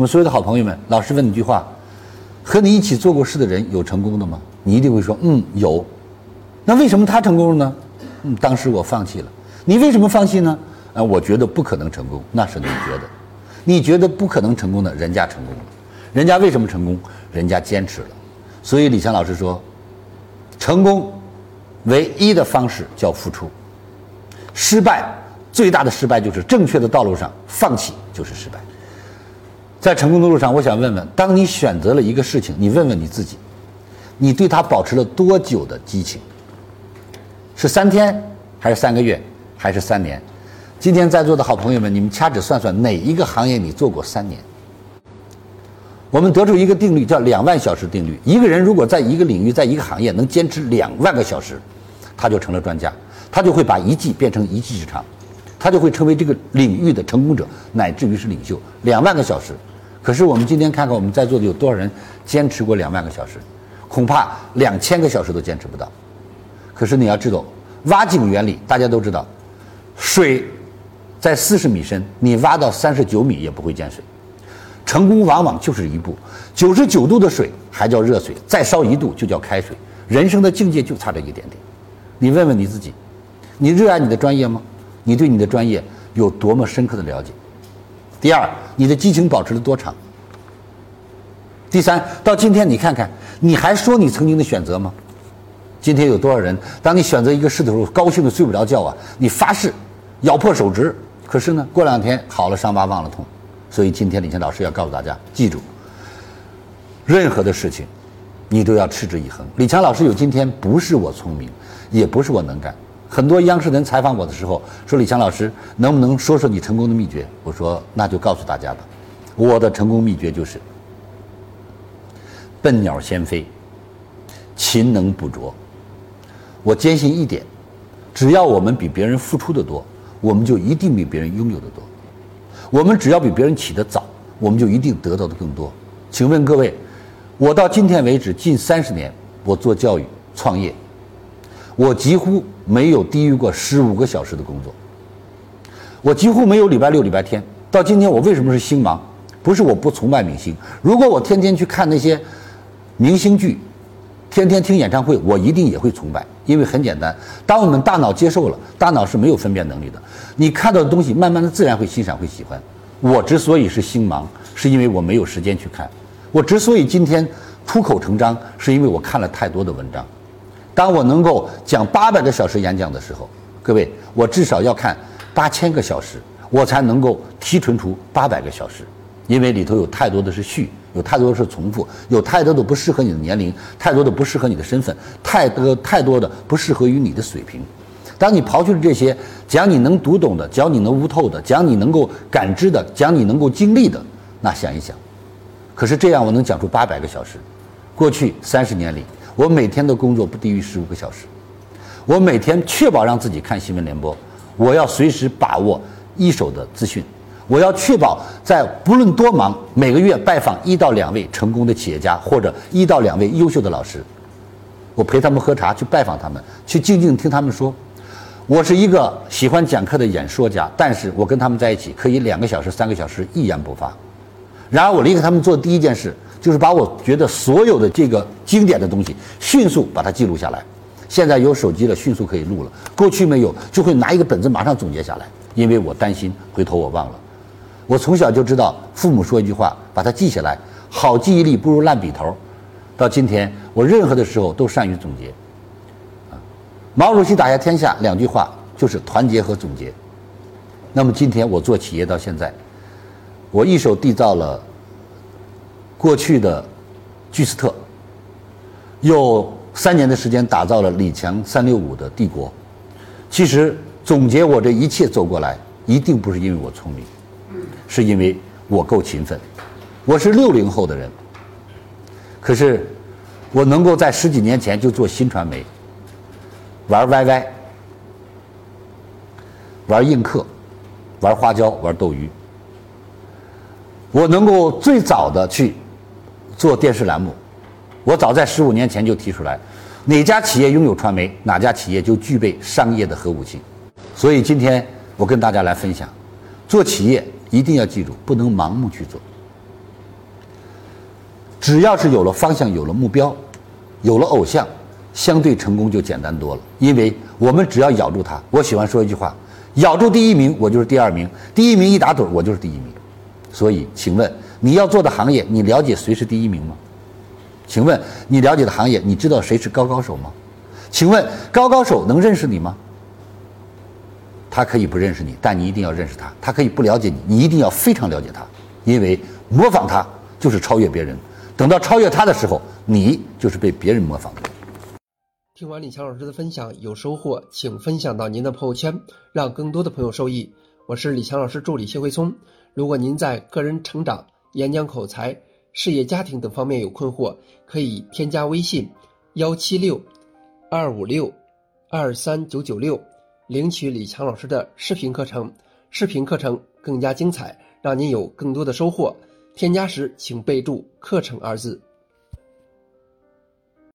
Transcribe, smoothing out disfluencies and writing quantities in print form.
我们所有的好朋友们，老师问你一句话：和你一起做过事的人有成功的吗？你一定会说，有。那为什么他成功了呢？当时我放弃了。你为什么放弃呢？我觉得不可能成功，那是你觉得。你觉得不可能成功的，人家成功了。人家为什么成功？人家坚持了。所以李强老师说，成功唯一的方式叫付出。失败最大的失败就是正确的道路上放弃就是失败。在成功的路上，我想问问，当你选择了一个事情，你问问你自己，你对它保持了多久的激情？是3天，还是3个月，还是3年？今天在座的好朋友们，你们掐指算算，哪一个行业你做过3年？我们得出一个定律，叫2万小时定律。一个人如果在一个领域，在一个行业能坚持2万个小时，他就成了专家，他就会把一技变成一技之长，他就会成为这个领域的成功者，乃至于是领袖。2万个小时，可是我们今天看看我们在座的有多少人坚持过2万个小时？恐怕2000个小时都坚持不到。可是你要知道，挖井原理大家都知道，水在40米深，你挖到39米也不会见水。成功往往就是一步，99度的水还叫热水，再烧1度就叫开水。人生的境界就差这一点点。你问问你自己，你热爱你的专业吗？你对你的专业有多么深刻的了解？第二，你的激情保持了多长？第三，到今天你看看，你还说你曾经的选择吗？今天有多少人，当你选择一个事的时候，高兴的睡不着觉啊，你发誓咬破手指，可是呢，过2天好了，伤疤忘了痛。所以今天李强老师要告诉大家，记住，任何的事情你都要持之以恒。李强老师有今天，不是我聪明，也不是我能干。很多央视人采访我的时候说，李强老师能不能说说你成功的秘诀？我说那就告诉大家吧，我的成功秘诀就是笨鸟先飞，勤能补拙。我坚信一点，只要我们比别人付出的多，我们就一定比别人拥有的多。我们只要比别人起得早，我们就一定得到的更多。请问各位，我到今天为止近30年，我做教育创业，我几乎没有低于过15个小时的工作，我几乎没有礼拜6、礼拜天。到今天我为什么是星芒？不是我不崇拜明星，如果我天天去看那些明星剧，天天听演唱会，我一定也会崇拜。因为很简单，当我们大脑接受了，大脑是没有分辨能力的，你看到的东西慢慢的自然会欣赏会喜欢。我之所以是星芒，是因为我没有时间去看。我之所以今天出口成章，是因为我看了太多的文章。当我能够讲800个小时演讲的时候，各位，我至少要看8000个小时，我才能够提纯出800个小时。因为里头有太多的是序，有太多的是重复，有太多的不适合你的年龄，太多的不适合你的身份，太多的不适合于你的水平。当你刨去了这些，讲你能读懂的，讲你能悟透的，讲你能够感知的，讲你能够经历的，那想一想，可是这样我能讲出800个小时。过去30年里，我每天的工作不低于15个小时，我每天确保让自己看新闻联播，我要随时把握一手的资讯，我要确保在不论多忙，每个月拜访1到2位成功的企业家，或者1到2位优秀的老师，我陪他们喝茶，去拜访他们，去静静听他们说。我是一个喜欢讲课的演说家，但是我跟他们在一起可以2个小时、3个小时一言不发。然而我离开他们做的第一件事，就是把我觉得所有的这个经典的东西迅速把它记录下来。现在有手机了，迅速可以录了，过去没有，就会拿一个本子马上总结下来，因为我担心回头我忘了。我从小就知道，父母说一句话，把它记下来，好记忆力不如烂笔头。到今天，我任何的时候都善于总结。毛主席打下天下2句话就是团结和总结。那么今天我做企业到现在，我一手缔造了过去的巨斯特，有3年的时间打造了李强365的帝国。其实总结我这一切走过来，一定不是因为我聪明，是因为我够勤奋。我是60后的人，可是我能够在10几年前就做新传媒，玩 YY， 玩映客，玩花椒，玩斗鱼。我能够最早的去做电视栏目，我早在15年前就提出来，哪家企业拥有传媒，哪家企业就具备商业的核武器。所以今天我跟大家来分享，做企业一定要记住，不能盲目去做。 只要是有了方向，有了目标，有了偶像，相对成功就简单多了。因为我们只要咬住它，我喜欢说一句话，咬住第一名，我就是第二名，第一名一打盹，我就是第一名。所以请问你要做的行业，你了解谁是第一名吗？请问你了解的行业，你知道谁是高高手吗？请问高高手能认识你吗？他可以不认识你，但你一定要认识他。他可以不了解你，你一定要非常了解他，因为模仿他就是超越别人。等到超越他的时候，你就是被别人模仿的人。 听完李强老师的分享有收获，请分享到您的朋友圈，让更多的朋友受益。我是李强老师助理谢慧聪。如果您在个人成长、演讲口才、事业家庭等方面有困惑，可以添加微信176-256-23996，领取李强老师的视频课程。视频课程更加精彩，让您有更多的收获。添加时请备注课程2字。